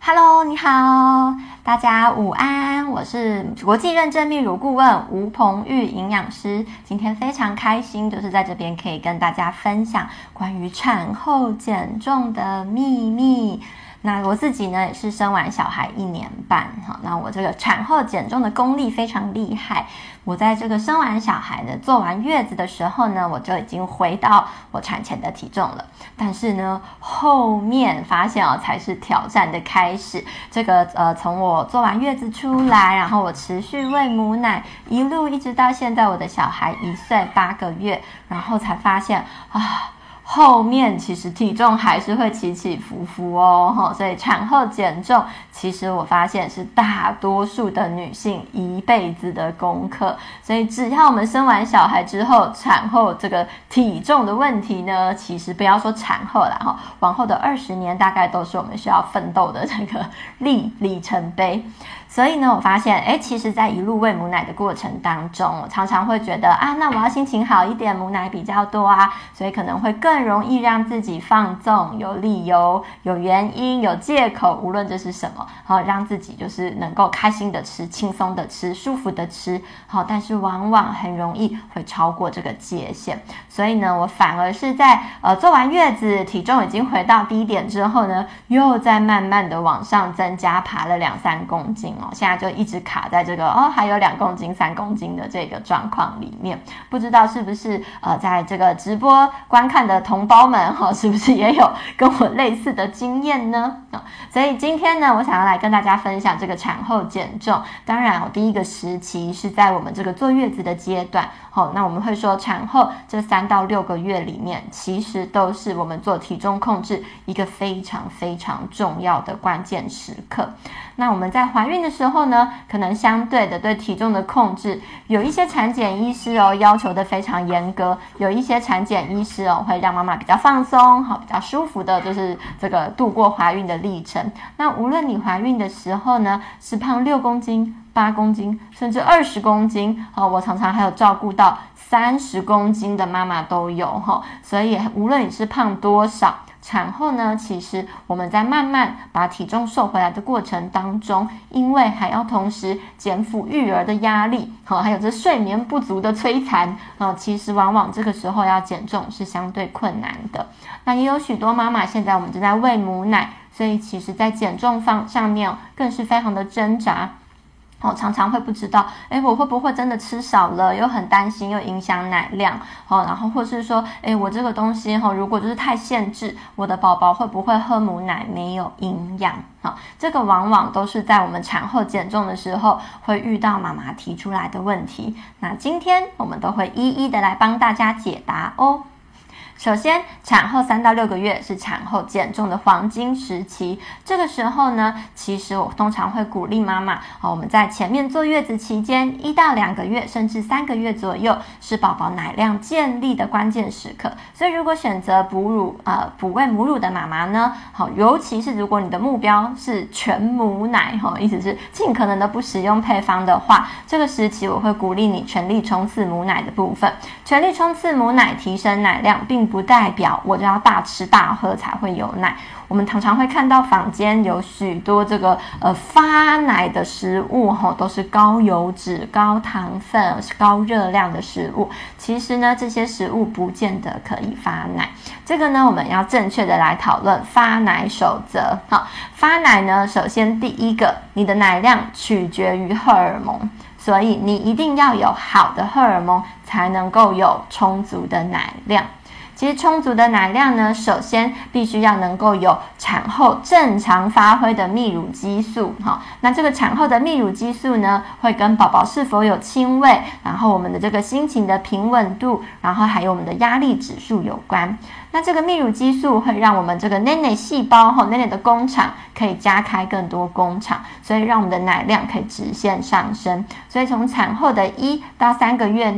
Hello， 你好，大家午安，我是国际认证泌乳顾问吴鹏玉营养师。今天非常开心，就是在这边可以跟大家分享关于产后减重的秘密。那我自己呢也是生完小孩1年半，那我这个产后减重的功力非常厉害。我在这个生完小孩呢，做完月子的时候呢，我就已经回到我产前的体重了。但是呢，后面发现才是挑战的开始。这个从我做完月子出来，然后我持续喂母奶，一路一直到现在我的小孩1岁8个月，然后才发现后面其实体重还是会起起伏伏哦，所以产后减重其实我发现是大多数的女性一辈子的功课。所以只要我们生完小孩之后，产后这个体重的问题呢，其实不要说产后啦，往后的20年大概都是我们需要奋斗的这个里程碑。所以呢，我发现其实在一路喂母奶的过程当中，我常常会觉得那我要心情好一点，母奶比较多所以可能会更容易让自己放纵，有理由、有原因、有借口，无论这是什么，让自己就是能够开心的吃、轻松的吃、舒服的吃，但是往往很容易会超过这个界限。所以呢，我反而是在做完月子，体重已经回到低点之后呢，又在慢慢的往上增加，爬了2-3公斤现在就一直卡在这个还有2公斤、3公斤的这个状况里面。不知道是不是在这个直播观看的同胞们是不是也有跟我类似的经验呢？所以今天呢，我想要来跟大家分享这个产后减重。当然第一个时期是在我们这个坐月子的阶段，那我们会说产后这3到6个月里面，其实都是我们做体重控制一个非常非常重要的关键时刻。那我们在怀孕的时候呢，可能相对的对体重的控制，有一些产检医师要求的非常严格，有一些产检医师会让妈妈比较放松，比较舒服的，就是这个度过怀孕的历程。那无论你怀孕的时候呢，是胖6公斤、8公斤，甚至20公斤，我常常还有照顾到30公斤的妈妈都有，所以无论你是胖多少，产后呢，其实我们在慢慢把体重瘦回来的过程当中，因为还要同时肩负育儿的压力，还有这睡眠不足的摧残，其实往往这个时候要减重是相对困难的。那也有许多妈妈现在我们正在喂母奶，所以其实在减重上面更是非常的挣扎。常常会不知道我会不会真的吃少了，又很担心，又影响奶量然后或是说我这个东西如果就是太限制，我的宝宝会不会喝母奶没有营养这个往往都是在我们产后减重的时候会遇到妈妈提出来的问题。那今天我们都会一一的来帮大家解答首先，产后3到6个月是产后减重的黄金时期。这个时候呢，其实我通常会鼓励妈妈我们在前面坐月子期间1到2个月甚至3个月左右是宝宝奶量建立的关键时刻。所以如果选择哺喂母乳的妈妈呢，尤其是如果你的目标是全母奶意思是尽可能的不使用配方的话，这个时期我会鼓励你全力冲刺母奶的部分。全力冲刺母奶提升奶量，并不代表我就要大吃大喝才会有奶。我们常常会看到坊间有许多这个发奶的食物都是高油脂、高糖分、高热量的食物。其实呢，这些食物不见得可以发奶。这个呢，我们要正确的来讨论发奶守则。发奶呢，首先第一个，你的奶量取决于荷尔蒙，所以你一定要有好的荷尔蒙，才能够有充足的奶量。其实充足的奶量呢，首先必须要能够有产后正常发挥的泌乳激素那这个产后的泌乳激素呢，会跟宝宝是否有亲喂，然后我们的这个心情的平稳度，然后还有我们的压力指数有关。那这个泌乳激素会让我们这个奶奶细胞奶奶的工厂可以加开更多工厂，所以让我们的奶量可以直线上升。所以从产后的1到3个月内，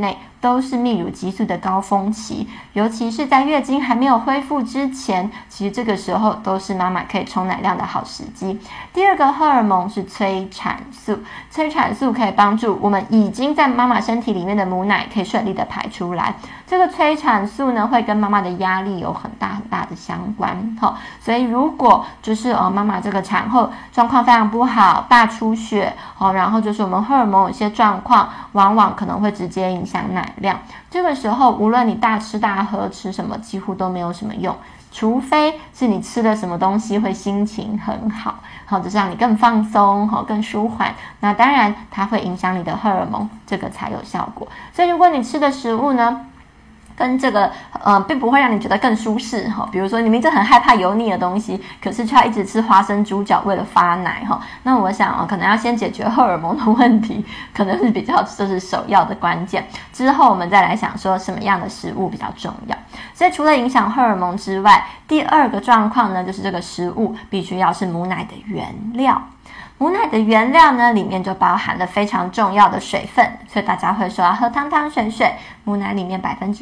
都是泌乳激素的高峰期，尤其是在月经还没有恢复之前，其实这个时候都是妈妈可以冲奶量的好时机。第二个荷尔蒙是催产素，催产素可以帮助我们已经在妈妈身体里面的母奶可以顺利的排出来。这个催产素呢，会跟妈妈的压力有很大的相关，所以如果就是妈妈这个产后状况非常不好，大出血，然后就是我们荷尔蒙有些状况，往往可能会直接影响奶量。这个时候无论你大吃大喝吃什么，几乎都没有什么用，除非是你吃了什么东西会心情很好，就是让你更放松，更舒缓，那当然它会影响你的荷尔蒙，这个才有效果。所以如果你吃的食物呢跟这个并不会让你觉得更舒适，比如说你明明很害怕油腻的东西，可是却要一直吃花生猪脚为了发奶，那我想可能要先解决荷尔蒙的问题，可能是比较就是首要的关键，之后我们再来想说什么样的食物比较重要。所以除了影响荷尔蒙之外，第二个状况呢，就是这个食物必须要是母奶的原料。母奶的原料呢，里面就包含了非常重要的水分，所以大家会说要喝汤汤水水，母奶里面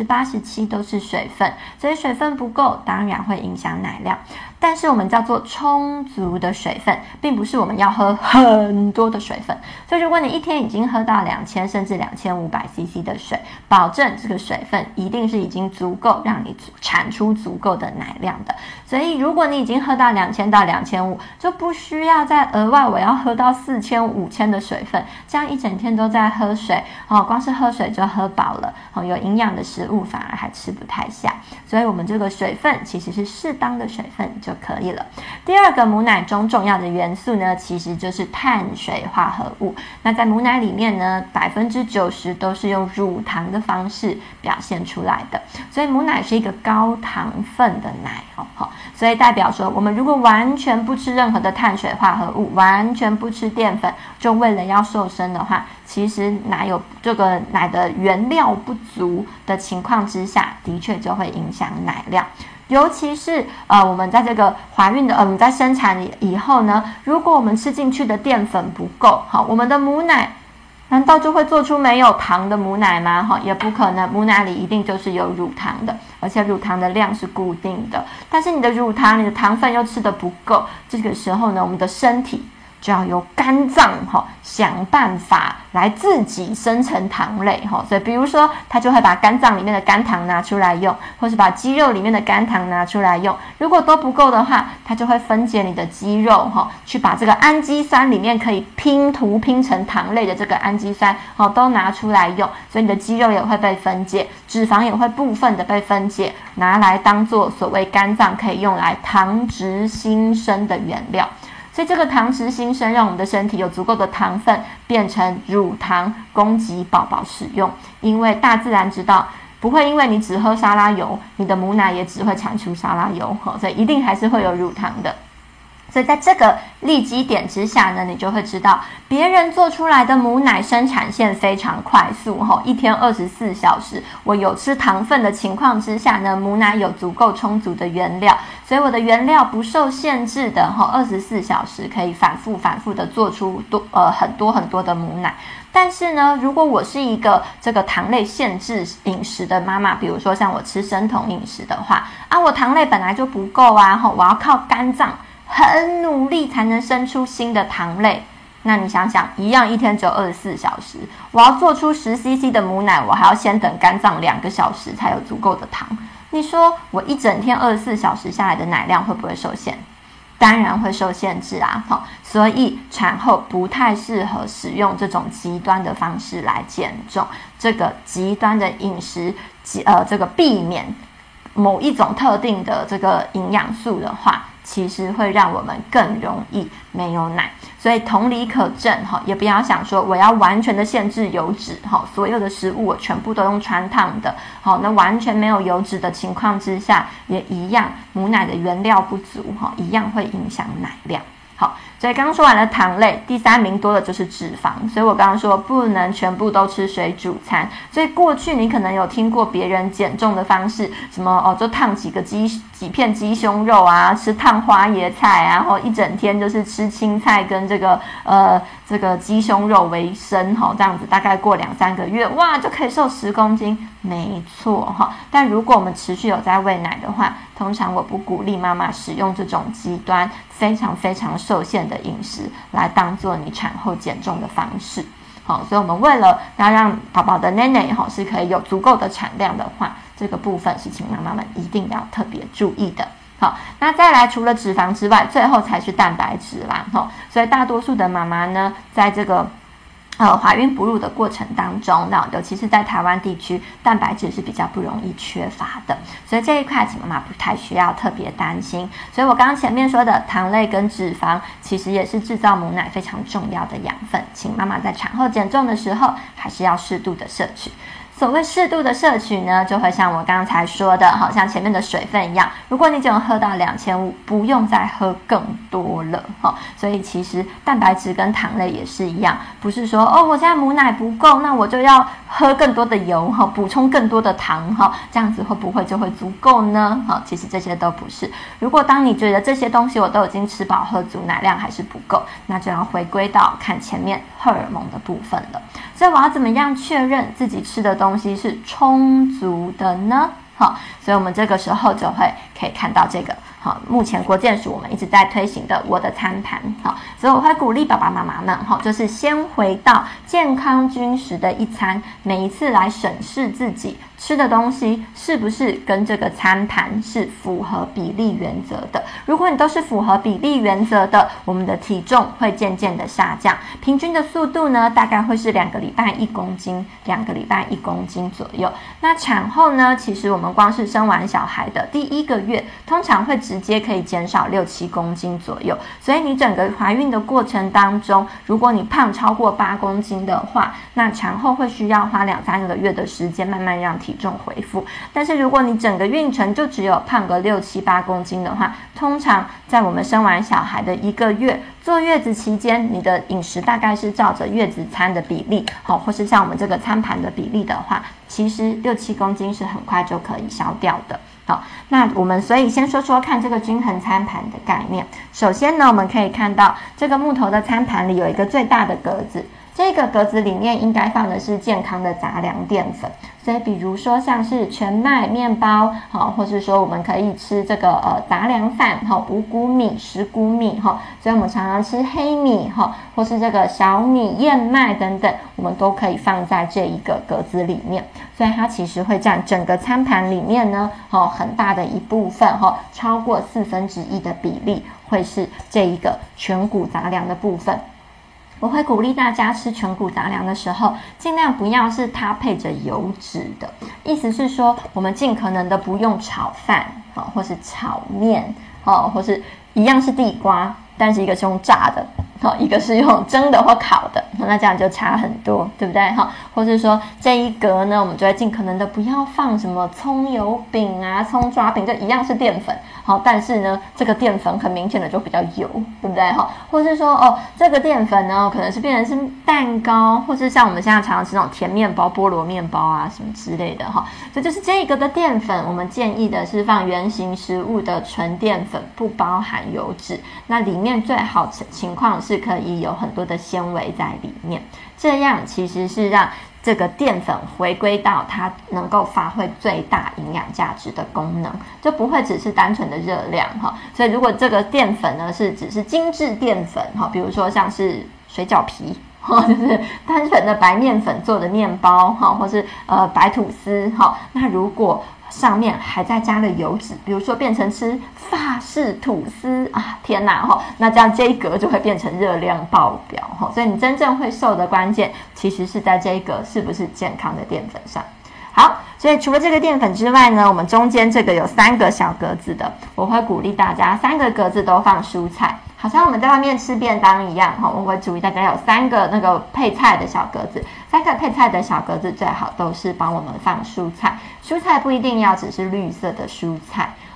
87%都是水分，所以水分不够，当然会影响奶量。但是我们叫做充足的水分，并不是我们要喝很多的水分。所以如果你一天已经喝到2000甚至2500cc 的水，保证这个水分一定是已经足够让你产出足够的奶量的。所以如果你已经喝到2000到2500，就不需要再额外我要喝到4000、5000的水分，这样一整天都在喝水，光是喝水就喝饱了，有营养的食物反而还吃不太下。所以我们这个水分其实是适当的水分就可以了。第二个母奶中重要的元素呢，其实就是碳水化合物。那在母奶里面呢，90%都是用乳糖的方式表现出来的，所以母奶是一个高糖分的奶，所以代表说我们如果完全不吃任何的碳水化合物，完全不吃淀粉，就为了要瘦身的话，其实奶的原料不足的情况之下，的确就会影响奶量。尤其是我们在这个怀孕的我们在生产以后呢，如果我们吃进去的淀粉不够，我们的母奶难道就会做出没有糖的母奶吗？也不可能，母奶里一定就是有乳糖的，而且乳糖的量是固定的。但是你的乳糖，你的糖分又吃得不够，这个时候呢，我们的身体就要由肝脏想办法来自己生成糖类，所以比如说它就会把肝脏里面的肝糖拿出来用，或是把肌肉里面的肝糖拿出来用。如果都不够的话，它就会分解你的肌肉，去把这个氨基酸里面可以拼成糖类的这个氨基酸都拿出来用，所以你的肌肉也会被分解，脂肪也会部分的被分解，拿来当做所谓肝脏可以用来糖质新生的原料。所以这个糖质新生让我们的身体有足够的糖分变成乳糖供给宝宝使用，因为大自然知道不会因为你只喝沙拉油，你的母奶也只会产出沙拉油，所以一定还是会有乳糖的。所以在这个立基点之下呢，你就会知道别人做出来的母奶生产线非常快速，一天24小时，我有吃糖分的情况之下呢，母奶有足够充足的原料，所以我的原料不受限制的24小时可以反复的做出很多的母奶。但是呢，如果我是一个这个糖类限制饮食的妈妈，比如说像我吃生酮饮食的话我糖类本来就不够我要靠肝脏很努力才能生出新的糖类，那你想想，一样一天只有24小时，我要做出10cc 的母奶，我还要先等肝脏2个小时才有足够的糖。你说我一整天24小时下来的奶量会不会受限？当然会受限制啊，所以产后不太适合使用这种极端的方式来减重。这个极端的饮食，这个避免某一种特定的这个营养素的话，其实会让我们更容易没有奶。所以同理可证，也不要想说我要完全的限制油脂，所有的食物我全部都用汆烫的，那完全没有油脂的情况之下，也一样母奶的原料不足，一样会影响奶量。好，所以刚刚说完了糖类，第3名多的就是脂肪。所以我刚刚说不能全部都吃水煮餐，所以过去你可能有听过别人减重的方式，什么就烫几个鸡几片鸡胸肉啊，吃烫花椰菜啊，然后一整天就是吃青菜跟这个鸡胸肉为生这样子大概过2-3个月，哇，就可以瘦10公斤，没错但如果我们持续有在喂奶的话，通常我不鼓励妈妈使用这种极端非常非常受限的饮食来当做你产后减重的方式。所以我们为了要让宝宝的奶奶是可以有足够的产量的话，这个部分是请妈妈们一定要特别注意的。好，那再来除了脂肪之外，最后才是蛋白质啦。所以大多数的妈妈呢，在这个怀孕哺乳的过程当中，那尤其是在台湾地区，蛋白质是比较不容易缺乏的，所以这一块请妈妈不太需要特别担心。所以我刚刚前面说的糖类跟脂肪，其实也是制造母奶非常重要的养分，请妈妈在产后减重的时候，还是要适度的摄取。所谓适度的摄取呢，就会像我刚才说的，好像前面的水分一样，如果你只能喝到2500，不用再喝更多了。所以其实蛋白质跟糖类也是一样，不是说我现在母奶不够，那我就要喝更多的油，补充更多的糖，这样子会不会就会足够呢？其实这些都不是。如果当你觉得这些东西我都已经吃饱喝足，奶量还是不够，那就要回归到看前面荷尔蒙的部分了。所以我要怎么样确认自己吃的东西是充足的呢？所以我们这个时候就会可以看到这个目前国健署我们一直在推行的我的餐盘。所以我会鼓励爸爸妈妈们就是先回到健康均食的一餐，每一次来审视自己吃的东西是不是跟这个餐盘是符合比例原则的。如果你都是符合比例原则的，我们的体重会渐渐的下降，平均的速度呢大概会是2个礼拜1公斤，2个礼拜1公斤左右。那产后呢，其实我们光是生完小孩的第1个月，通常会直接可以减少6-7公斤左右。所以你整个怀孕的过程当中，如果你胖超过8公斤的话，那产后会需要花2-3个月的时间慢慢让体重恢复。但是如果你整个孕程就只有胖个6-7-8公斤的话，通常在我们生完小孩的1个月坐月子期间，你的饮食大概是照着月子餐的比例，或是像我们这个餐盘的比例的话，其实6-7公斤是很快就可以消掉的。好，那我们所以先说说看这个均衡餐盘的概念。首先呢，我们可以看到这个木头的餐盘里有一个最大的格子，这个格子里面应该放的是健康的杂粮淀粉。所以比如说像是全麦面包，或是说我们可以吃这个杂粮饭，五谷米、十谷米，所以我们常常吃黑米，或是这个小米、燕麦等等，我们都可以放在这一个格子里面。所以它其实会占整个餐盘里面呢，很大的一部分，超过1/4的比例会是这一个全谷杂粮的部分。我会鼓励大家吃全谷杂粮的时候，尽量不要是搭配着油脂的，意思是说我们尽可能的不用炒饭，或是炒面，或是一样是地瓜，但是一个是用炸的，一个是用蒸的或烤的，那这样就差很多，对不对？或是说这一格呢，我们就会尽可能的不要放什么葱油饼啊、葱抓饼，就一样是淀粉，但是呢这个淀粉很明显的就比较油，对不对？或是说这个淀粉呢可能是变成是蛋糕，或是像我们现在常常吃那种甜面包、菠萝面包啊什么之类的，所以就是这一个的淀粉，我们建议的是放原型食物的纯淀粉，不包含油脂，那里面最好情况是可以有很多的纤维在里面，这样其实是让这个淀粉回归到它能够发挥最大营养价值的功能，就不会只是单纯的热量。所以如果这个淀粉呢是只是精致淀粉，比如说像是水饺皮，就是单纯的白面粉做的面包，或是白吐司，那如果上面还再加了油脂，比如说变成吃法式吐司啊，天哪，那这样这一格就会变成热量爆表，所以你真正会瘦的关键其实是在这一格是不是健康的淀粉上。好，所以除了这个淀粉之外呢，我们中间这个有3个小格子的，我会鼓励大家3个格子都放蔬菜，好像我们在外面吃便当一样，我会鼓励大家有3个那个配菜的小格子，3个配菜的小格子最好都是帮我们放蔬菜，蔬菜不一定要只是绿色的蔬菜，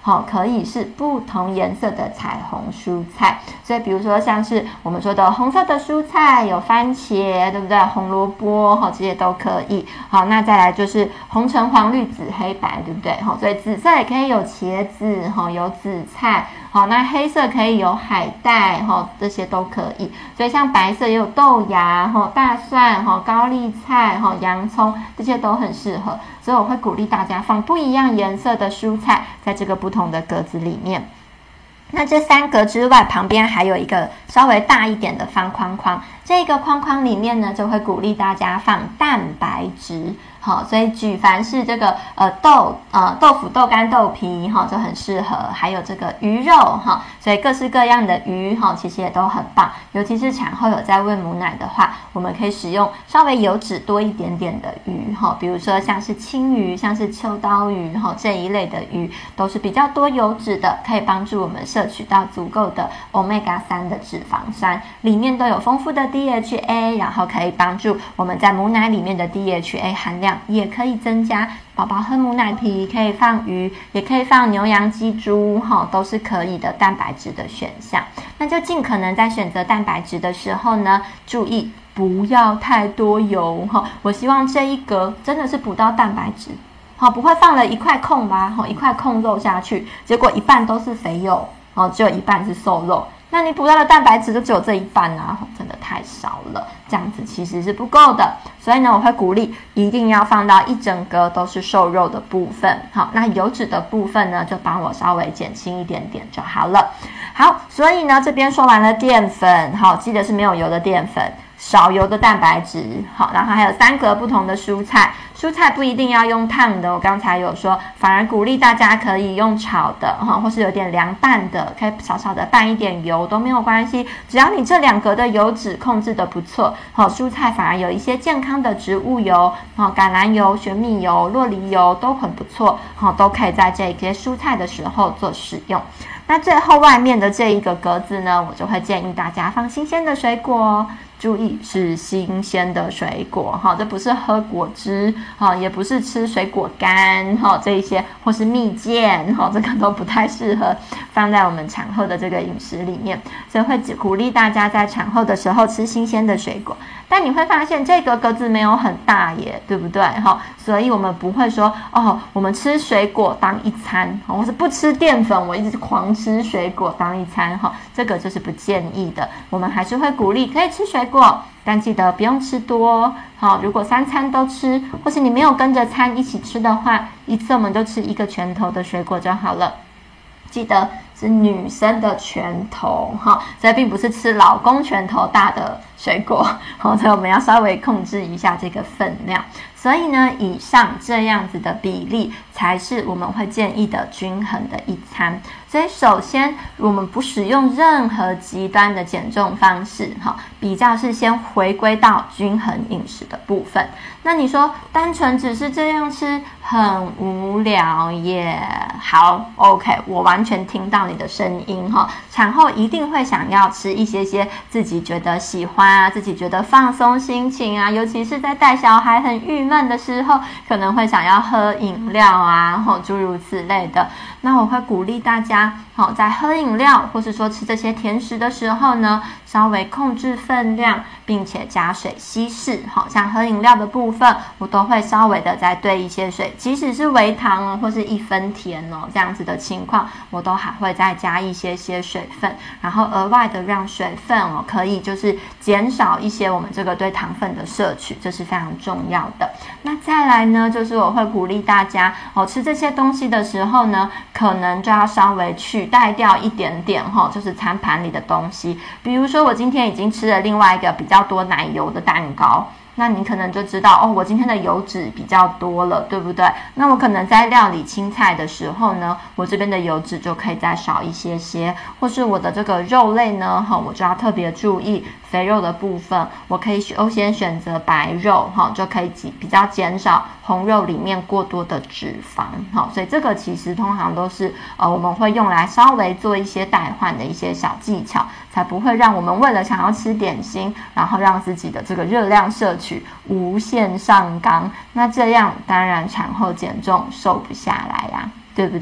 可以是不同颜色的彩虹蔬菜。所以比如说像是我们说的红色的蔬菜，有番茄，对不对？红萝卜，这些都可以。好，那再来就是红橙黄绿紫黑白，对不对？所以紫色也可以有茄子，有紫菜。好，那黑色可以有海带，这些都可以。所以像白色也有豆芽，大蒜，高丽菜，洋葱，这些都很适合。所以我会鼓励大家放不一样颜色的蔬菜在这个不同的格子里面。那这3格之外，旁边还有一个稍微大一点的方框框，这个框框里面呢，就会鼓励大家放蛋白质。好，所以举凡是这个豆腐、豆干、豆皮就很适合，还有这个鱼肉所以各式各样的鱼其实也都很棒。尤其是产后有在喂母奶的话，我们可以使用稍微油脂多一点点的鱼比如说像是青鱼、像是秋刀鱼这一类的鱼，都是比较多油脂的，可以帮助我们摄取到足够的 Omega-3 的脂肪酸，里面都有丰富的 DHA， 然后可以帮助我们在母奶里面的 DHA 含量也可以增加。宝宝喝母奶皮可以放鱼，也可以放牛羊鸡猪都是可以的蛋白质的选项。那就尽可能在选择蛋白质的时候呢，注意不要太多油我希望这一格真的是补到蛋白质不会放了一块空吧一块空肉下去，结果一半都是肥肉只有一半是瘦肉，那你补到的蛋白质就只有这一半啊，真的太少了，这样子其实是不够的。所以呢，我会鼓励一定要放到一整格都是瘦肉的部分。好，那油脂的部分呢，就帮我稍微减轻一点点就好了。好，所以呢，这边说完了淀粉，好，记得是没有油的淀粉。少油的蛋白质，好，然后还有3格不同的蔬菜，蔬菜不一定要用烫的，我刚才有说，反而鼓励大家可以用炒的或是有点凉拌的，可以少少的拌一点油都没有关系，只要你这2格的油脂控制的不错，蔬菜反而有一些健康的植物油，橄榄油、玄米油、酪梨油都很不错，都可以在这些蔬菜的时候做使用。那最后外面的这一个格子呢，我就会建议大家放新鲜的水果注意是新鲜的水果这不是喝果汁也不是吃水果干这一些，或是蜜饯这个都不太适合放在我们产后的这个饮食里面，所以会鼓励大家在产后的时候吃新鲜的水果。但你会发现这个格子没有很大耶，对不对所以我们不会说我们吃水果当一餐或是不吃淀粉，我一直狂吃水果当一餐这个就是不建议的。我们还是会鼓励可以吃水果，但记得不用吃多如果3餐都吃，或是你没有跟着餐一起吃的话，一次我们就吃1个拳头的水果就好了。记得是女生的拳头所以并不是吃老公拳头大的水果所以我们要稍微控制一下这个分量。所以呢，以上这样子的比例才是我们会建议的均衡的一餐。所以首先我们不使用任何极端的减重方式比较是先回归到均衡饮食的部分。那你说单纯只是这样吃很无聊耶，好 OK， 我完全听到你的声音产后一定会想要吃一些自己觉得喜欢啊，自己觉得放松心情啊，尤其是在带小孩很郁闷的时候，可能会想要喝饮料啊诸如此类的。那我会鼓励大家在喝饮料或是说吃这些甜食的时候呢，稍微控制分量，并且加水稀释像喝饮料的部分，我都会稍微的再兑一些水，即使是微糖或是1分甜这样子的情况，我都还会再加一些水分，然后额外的让水分可以就是减少一些我们这个对糖分的摄取，这是非常重要的。那再来呢，就是我会鼓励大家吃这些东西的时候呢，可能就要稍微取代掉一点点就是餐盘里的东西。比如说我今天已经吃了另外一个比较多奶油的蛋糕，那你可能就知道我今天的油脂比较多了，对不对？那我可能在料理青菜的时候呢，我这边的油脂就可以再少一些，或是我的这个肉类呢我就要特别注意肥肉的部分，我可以优先选择白肉就可以比较减少红肉里面过多的脂肪所以这个其实通常都是我们会用来稍微做一些代换的一些小技巧，才不会让我们为了想要吃点心，然后让自己的这个热量摄取无限上纲，那这样当然产后减重瘦不下来呀，对不对？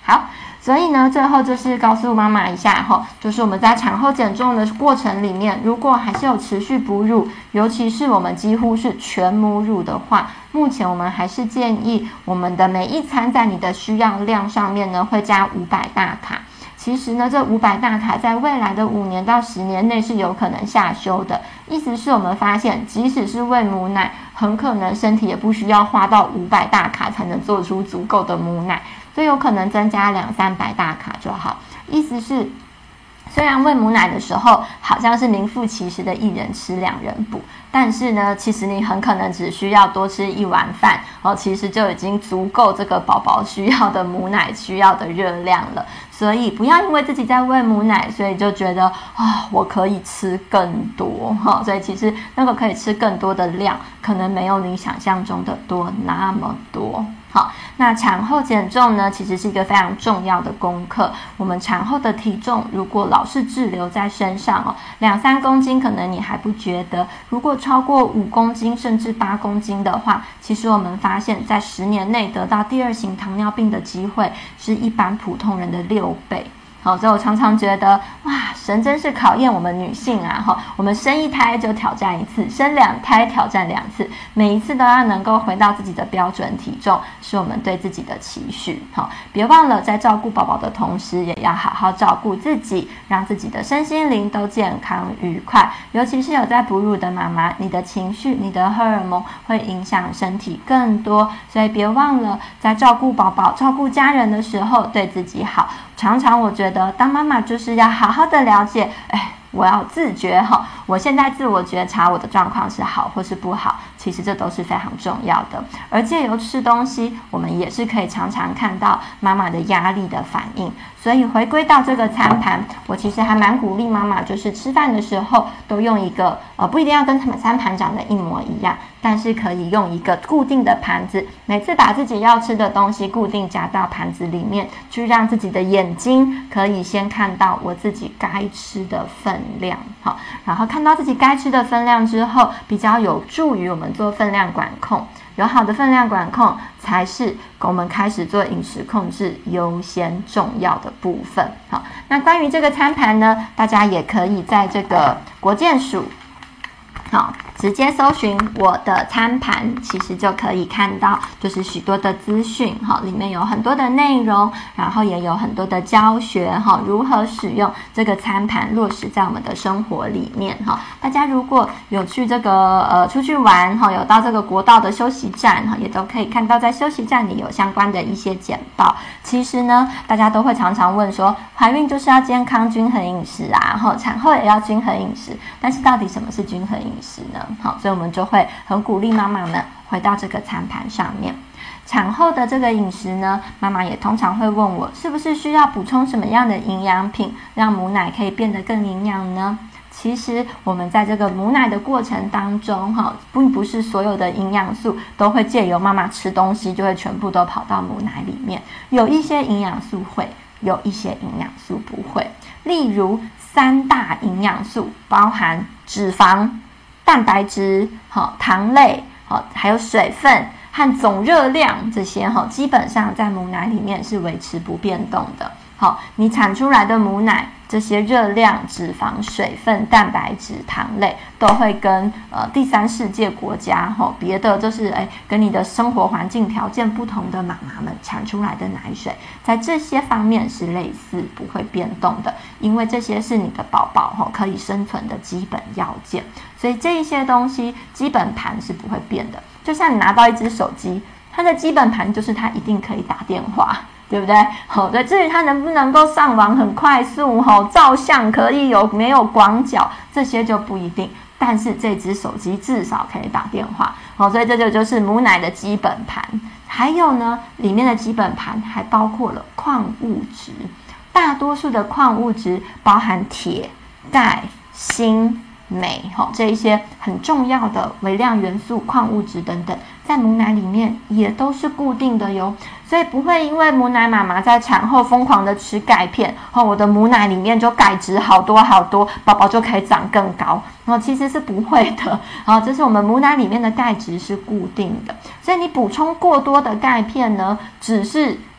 好，所以呢，最后就是告诉妈妈一下就是我们在产后减重的过程里面，如果还是有持续哺乳，尤其是我们几乎是全母乳的话，目前我们还是建议我们的每一餐在你的需要量上面呢会加500大卡。其实呢，这500大卡在未来的5年到10年内是有可能下修的，意思是我们发现，即使是喂母奶，很可能身体也不需要花到500大卡才能做出足够的母奶，所以有可能增加200-300大卡就好。意思是，虽然喂母奶的时候好像是名副其实的1人吃2人补，但是呢，其实你很可能只需要多吃1碗饭其实就已经足够这个宝宝需要的母奶需要的热量了。所以不要因为自己在喂母奶，所以就觉得我可以吃更多所以其实那个可以吃更多的量，可能没有你想象中的多那么多。好，那产后减重呢，其实是一个非常重要的功课。我们产后的体重如果老是滞留在身上2-3公斤可能你还不觉得，如果超过5公斤甚至8公斤的话，其实我们发现在10年内得到第2型糖尿病的机会是一般普通人的6倍。好，所以我常常觉得哇，神真是考验我们女性我们生1胎就挑战1次，生2胎挑战2次，每一次都要能够回到自己的标准体重，是我们对自己的期许。别忘了在照顾宝宝的同时，也要好好照顾自己，让自己的身心灵都健康愉快。尤其是有在哺乳的妈妈，你的情绪、你的荷尔蒙会影响身体更多，所以别忘了在照顾宝宝、照顾家人的时候，对自己好。常常我觉得当妈妈就是要好好的了解，我要自觉我现在自我觉察我的状况是好或是不好，其实这都是非常重要的。而借由吃东西，我们也是可以常常看到妈妈的压力的反应。所以回归到这个餐盘，我其实还蛮鼓励妈妈，就是吃饭的时候都用一个不一定要跟他们餐盘长得一模一样，但是可以用一个固定的盘子，每次把自己要吃的东西固定夹到盘子里面，去让自己的眼睛可以先看到我自己该吃的分量。好，然后看到自己该吃的分量之后，比较有助于我们做分量管控。有好的分量管控，才是我们开始做饮食控制优先重要的部分。好，那关于这个餐盘呢，大家也可以在这个国健署直接搜寻我的餐盘，其实就可以看到就是许多的资讯里面有很多的内容，然后也有很多的教学如何使用这个餐盘落实在我们的生活里面大家如果有去这个出去玩有到这个国道的休息站也都可以看到在休息站里有相关的一些简报。其实呢，大家都会常常问说，怀孕就是要健康均衡饮食产后也要均衡饮食，但是到底什么是均衡饮食呢？好，所以我们就会很鼓励妈妈们回到这个餐盘上面。产后的这个饮食呢，妈妈也通常会问我，是不是需要补充什么样的营养品，让母奶可以变得更营养呢？其实我们在这个母奶的过程当中并不是所有的营养素都会借由妈妈吃东西就会全部都跑到母奶里面，有一些营养素会，有一些营养素不会。例如3大营养素包含脂肪、蛋白质、糖类、还有水分和总热量，这些基本上在母奶里面是维持不变动的。你产出来的母奶，这些热量、脂肪、水分、蛋白质、糖类都会跟第三世界国家别的就是跟你的生活环境条件不同的妈妈们产出来的奶水，在这些方面是类似不会变动的，因为这些是你的宝宝可以生存的基本要件，所以这一些东西基本盘是不会变的。就像你拿到一只手机，它的基本盘就是它一定可以打电话，对不对？对，至于它能不能够上网很快速照相可以有没有广角，这些就不一定，但是这只手机至少可以打电话所以这就是母奶的基本盘。还有呢，里面的基本盘还包括了矿物质，大多数的矿物质包含铁、钙、锌、镁这一些很重要的微量元素、矿物质等等，在母奶里面也都是固定的哟。所以不会因为母奶妈妈在产后疯狂的吃钙片我的母奶里面就钙质好多好多，宝宝就可以长更高其实是不会的这是我们母奶里面的钙质是固定的，所以你补充过多的钙片呢，只是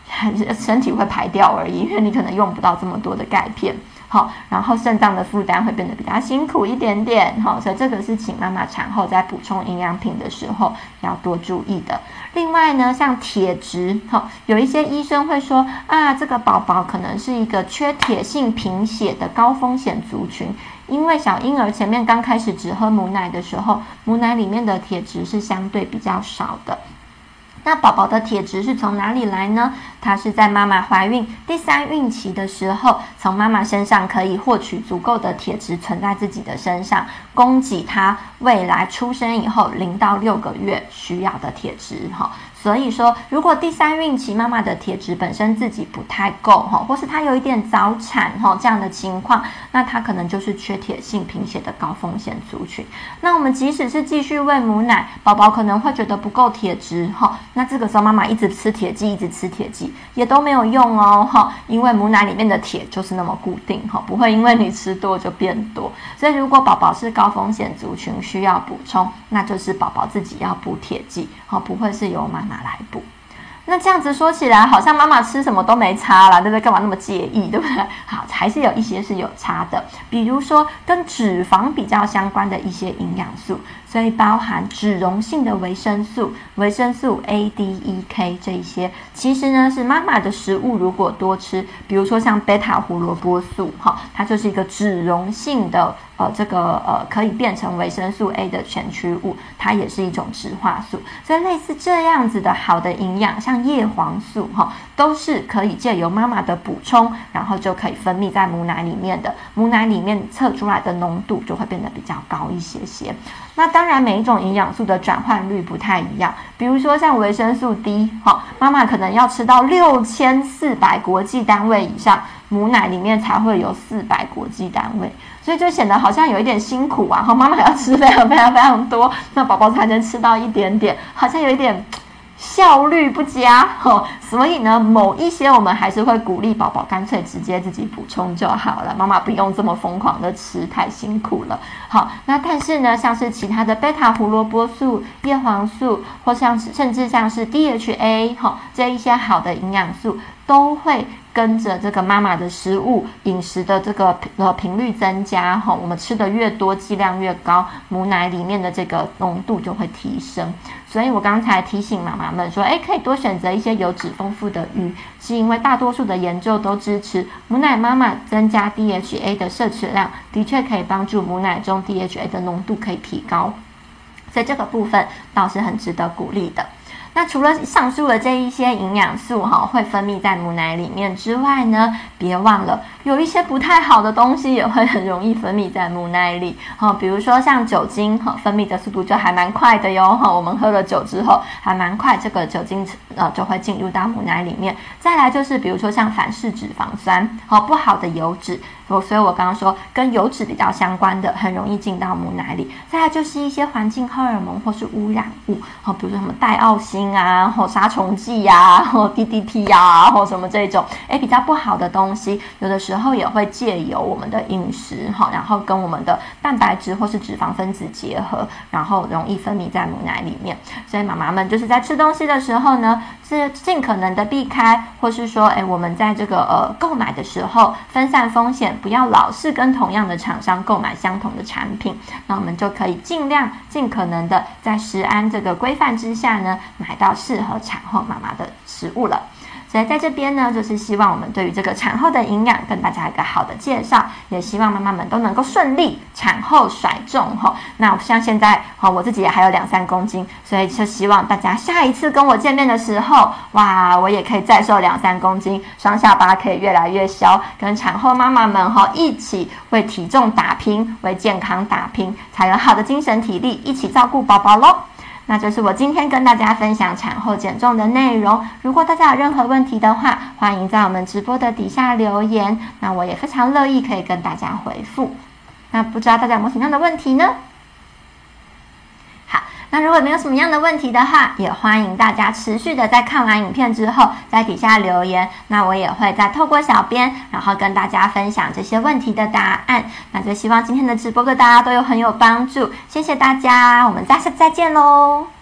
身体会排掉而已，因为你可能用不到这么多的钙片。好，然后肾脏的负担会变得比较辛苦一点点，好，所以这个是请妈妈产后在补充营养品的时候要多注意的。另外呢，像铁质，有一些医生会说啊，这个宝宝可能是一个缺铁性贫血的高风险族群，因为小婴儿前面刚开始只喝母奶的时候，母奶里面的铁质是相对比较少的。那宝宝的铁质是从哪里来呢？它是在妈妈怀孕第3孕期的时候，从妈妈身上可以获取足够的铁质存在自己的身上，供给她未来出生以后0到6个月需要的铁质。所以说，如果第3孕期妈妈的铁质本身自己不太够，或是她有一点早产这样的情况，那她可能就是缺铁性贫血的高风险族群。那我们即使是继续喂母奶，宝宝可能会觉得不够铁质，那这个时候妈妈一直吃铁剂，一直吃铁剂也都没有用哦，因为母奶里面的铁就是那么固定，不会因为你吃多就变多。所以如果宝宝是高风险族群需要补充，那就是宝宝自己要补铁剂，不会是由妈妈来补。那这样子说起来，好像妈妈吃什么都没差啦，对不对？干嘛那么介意，对不对？好，还是有一些是有差的，比如说跟脂肪比较相关的一些营养素，所以包含脂溶性的维生素、维生素 A、D、E、K 这一些，其实呢是妈妈的食物如果多吃，比如说像贝塔胡萝卜素，它就是一个脂溶性的可以变成维生素 A 的前驱物，它也是一种植化素。所以类似这样子的好的营养，像叶黄素都是可以借由妈妈的补充，然后就可以分泌在母奶里面的，母奶里面测出来的浓度就会变得比较高一些些。那当然每一种营养素的转换率不太一样，比如说像维生素 D， 妈妈可能要吃到6400国际单位以上，母奶里面才会有400国际单位，所以就显得好像有一点辛苦啊，妈妈要吃非常非常非常多，那宝宝才能吃到一点点，好像有一点效率不佳，所以呢，某一些我们还是会鼓励宝宝干脆直接自己补充就好了，妈妈不用这么疯狂的吃，太辛苦了。好，那但是呢，像是其他的贝塔胡萝卜素、叶黄素，或甚至像是 DHA， 这一些好的营养素都会跟着这个妈妈的食物饮食的这个频率增加，我们吃的越多，剂量越高，母奶里面的这个浓度就会提升。所以我刚才提醒妈妈们说，可以多选择一些油脂丰富的鱼，是因为大多数的研究都支持母奶妈妈增加 DHA 的摄取量，的确可以帮助母奶中 DHA 的浓度可以提高，所以这个部分倒是很值得鼓励的。那除了上述的这一些营养素会分泌在母奶里面之外呢，别忘了有一些不太好的东西也会很容易分泌在母奶里，比如说像酒精分泌的速度就还蛮快的哟，我们喝了酒之后还蛮快，这个酒精就会进入到母奶里面。再来就是比如说像反式脂肪酸，不好的油脂，所以我刚刚说跟油脂比较相关的很容易进到母奶里。再来就是一些环境荷尔蒙或是污染物，比如说什么戴奥辛啊，或杀虫剂啊，或 DDT 啊，或什么这种比较不好的东西，有的时候也会借由我们的饮食，然后跟我们的蛋白质或是脂肪分子结合，然后容易分泌在母奶里面。所以妈妈们就是在吃东西的时候呢，是尽可能的避开，或是说我们在这个购买的时候分散风险，不要老是跟同样的厂商购买相同的产品，那我们就可以尽可能的在食安这个规范之下呢，买到适合产后妈妈的食物了。所以在这边呢，就是希望我们对于这个产后的营养跟大家一个好的介绍，也希望妈妈们都能够顺利产后甩重。那像现在我自己也还有2-3公斤，所以就希望大家下一次跟我见面的时候，哇，我也可以再瘦2-3公斤，双下巴可以越来越消，跟产后妈妈们一起为体重打拼，为健康打拼，才有好的精神体力，一起照顾宝宝咯。那就是我今天跟大家分享产后减重的内容。如果大家有任何问题的话，欢迎在我们直播的底下留言，那我也非常乐意可以跟大家回复。那不知道大家有没有什么样的问题呢？好，那如果没有什么样的问题的话，也欢迎大家持续的在看完影片之后在底下留言，那我也会再透过小编然后跟大家分享这些问题的答案。那就希望今天的直播对大家都很有帮助，谢谢大家，我们下次再见咯。